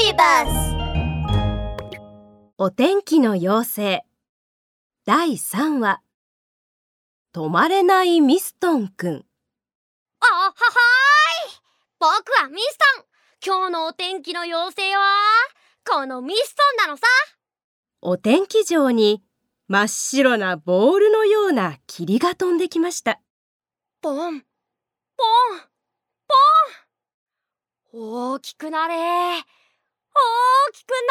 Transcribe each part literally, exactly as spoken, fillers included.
ビバスお天気の妖精だいさんわ止まれないミストンくん。 あははーい、僕はミストン。今日のお天気の妖精はこのミストンなのさ。 お天気場に真っ白なボールのような霧が飛んできました。 ポンポンポン、大きくなれ大きくなれ。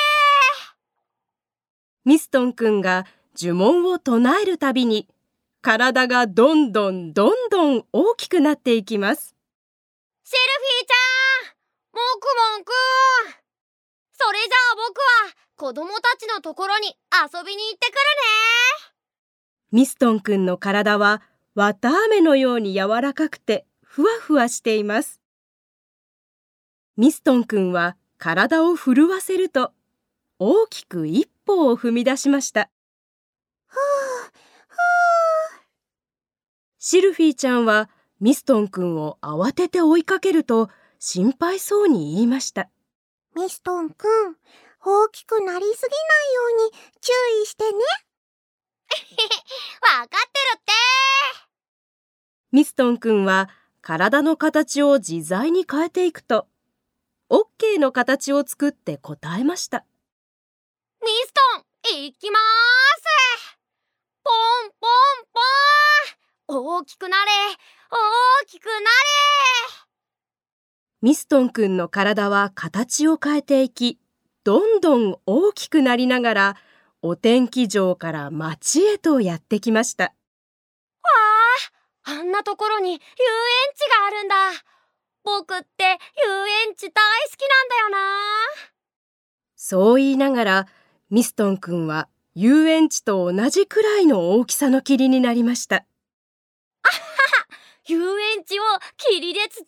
ミストンくんが呪文を唱えるたびに体がどんどんどんどん大きくなっていきます。 シルフィーちゃん、モクモンくん、それじゃあ僕は子供たちのところに遊びに行ってくるね。 ミストンくんの体は綿あめのように柔らかくてふわふわしています。ミストンくんは体を震わせると大きく一歩を踏み出しました。 ふうふう。 シルフィーちゃんはミストンくんを慌てて追いかけると心配そうに言いました。 ミストンくん、大きくなりすぎないように注意してね。 わかってるって。 ミストンくんは体の形を自在に変えていくとオッケーの形を作って答えました。 ミストン、いきまーす。ポンポンポン、大きくなれ大きくなれ。 ミストンくんの体は形を変えていき、どんどん大きくなりながらお天気場から町へとやってきました。わあ、あんなところに遊園地があるんだ。僕って遊園地大好きなんだよな。 そう言いながらミストンくんは遊園地と同じくらいの大きさの霧になりました。 あはは、遊園地を霧で包んだぞ。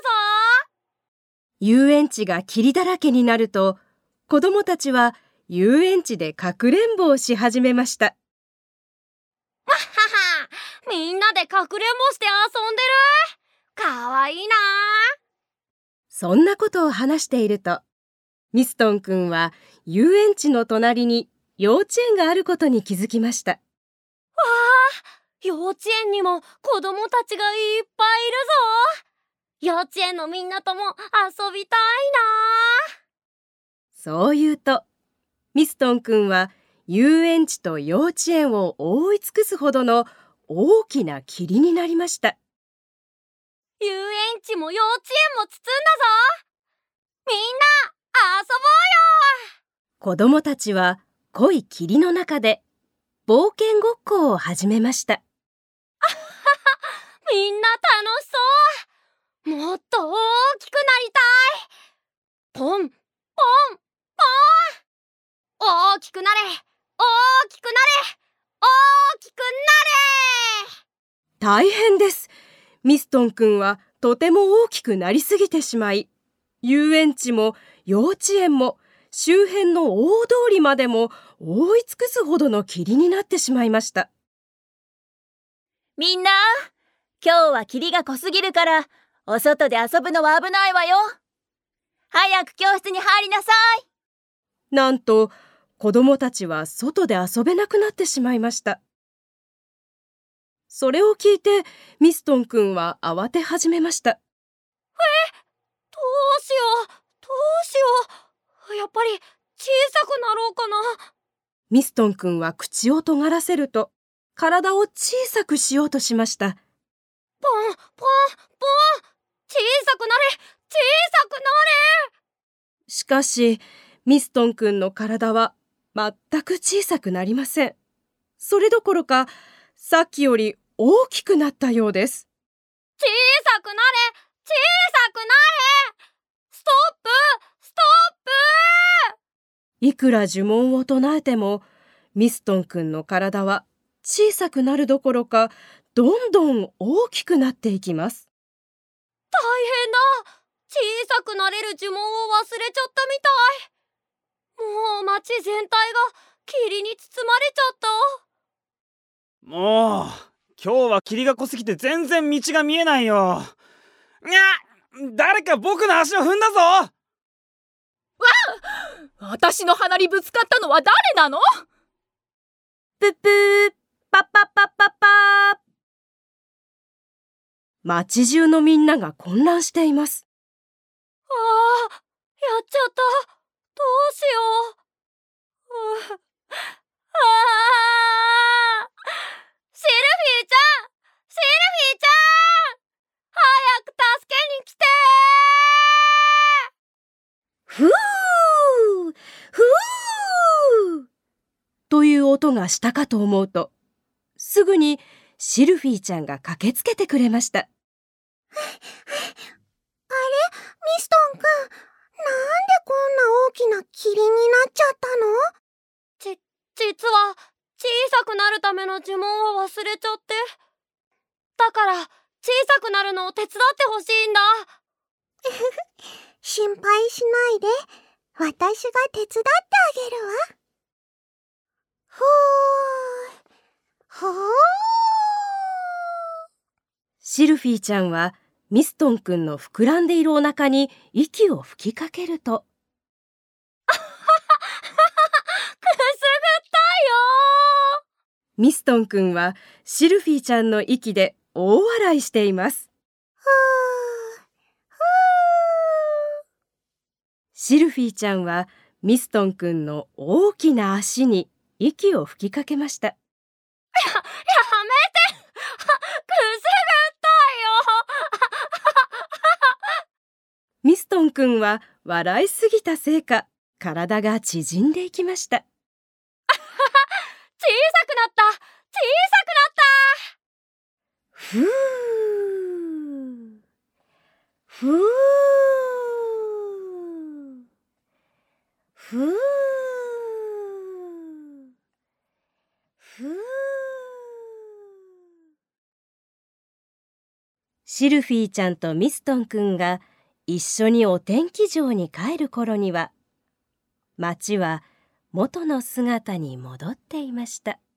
遊園地が霧だらけになると子供たちは遊園地でかくれんぼをし始めました。 わっはは、みんなでかくれんぼして遊んでる。かわいいな。 そんなことを話しているとミストンくんは遊園地の隣に幼稚園があることに気づきました。わあ、幼稚園にも子供たちがいっぱいいるぞ。幼稚園のみんなとも遊びたいな。 そう言うとミストンくんは遊園地と幼稚園を覆い尽くすほどの大きな霧になりました。 遊園地も幼稚園も包んだぞ。みんな遊ぼうよ。 子供たちは濃い霧の中で冒険ごっこを始めました。あはは、みんな楽しそう。もっと大きくなりたい。ポンポンポン、大きくなれ大きくなれ大きくなれ。 大変です。ミストンくんはとても大きくなりすぎてしまい、遊園地も幼稚園も周辺の大通りまでも覆い尽くすほどの霧になってしまいました。 みんな、今日は霧が濃すぎるからお外で遊ぶのは危ないわよ。早く教室に入りなさい。 なんと子供たちは外で遊べなくなってしまいました。それを聞いてミストンくんは慌て始めました。え、 どうしようどうしよう、やっぱり小さくなろうかな。 ミストンくんは口を尖らせると体を小さくしようとしました。 ポンポンポン、小さくなれ小さくなれ。 しかしミストンくんの体は全く小さくなりません。それどころかさっきより大きくなったようです。 小さくなれ小さくなれ、ストップストップ。 いくら呪文を唱えてもミストンくんの体は小さくなるどころかどんどん大きくなっていきます。 大変だ。小さくなれる呪文を忘れちゃったみたい。もう街全体が霧に包まれちゃった。 もう今日は霧が濃すぎて全然道が見えないよ。にゃ、誰か僕の足を踏んだぞ。 わ私の鼻にぶつかったのは誰なの？ ぷっぷー、パッパッパッパッパー。町中のみんなが混乱しています。 ああ、やっちゃった。どうしよう。うああ、シルフィーちゃん、シルフィーちゃん、早く助けに来てふーふーという音がしたかと思うと、すぐにシルフィーちゃんが駆けつけてくれました。あれ、 ミストンくん、なんでこんな大きな霧になっちゃったの？ ち、実は小さくなるための呪文を忘れちゃって。だから小さくなるのを手伝ってほしいんだ。 心配しないで、私が手伝ってあげるわ。ふーふー。 シルフィーちゃんはミストンくんの膨らんでいるお腹に息を吹きかけると、 くすぐったよ。 ミストンくんはシルフィーちゃんの息で大笑いしています。 ふーふー。 シルフィーちゃんはミストンくんの大きな足に息を吹きかけました。 や、やめて。くすぐったよ。 ミストンくんは笑いすぎたせいか、体が縮んでいきました。 小さくなった、小さくなった。 ふーふーふーふー。シルフィーちゃんとミストンくんが一緒にお天気場に帰る頃には、町は元の姿に戻っていました。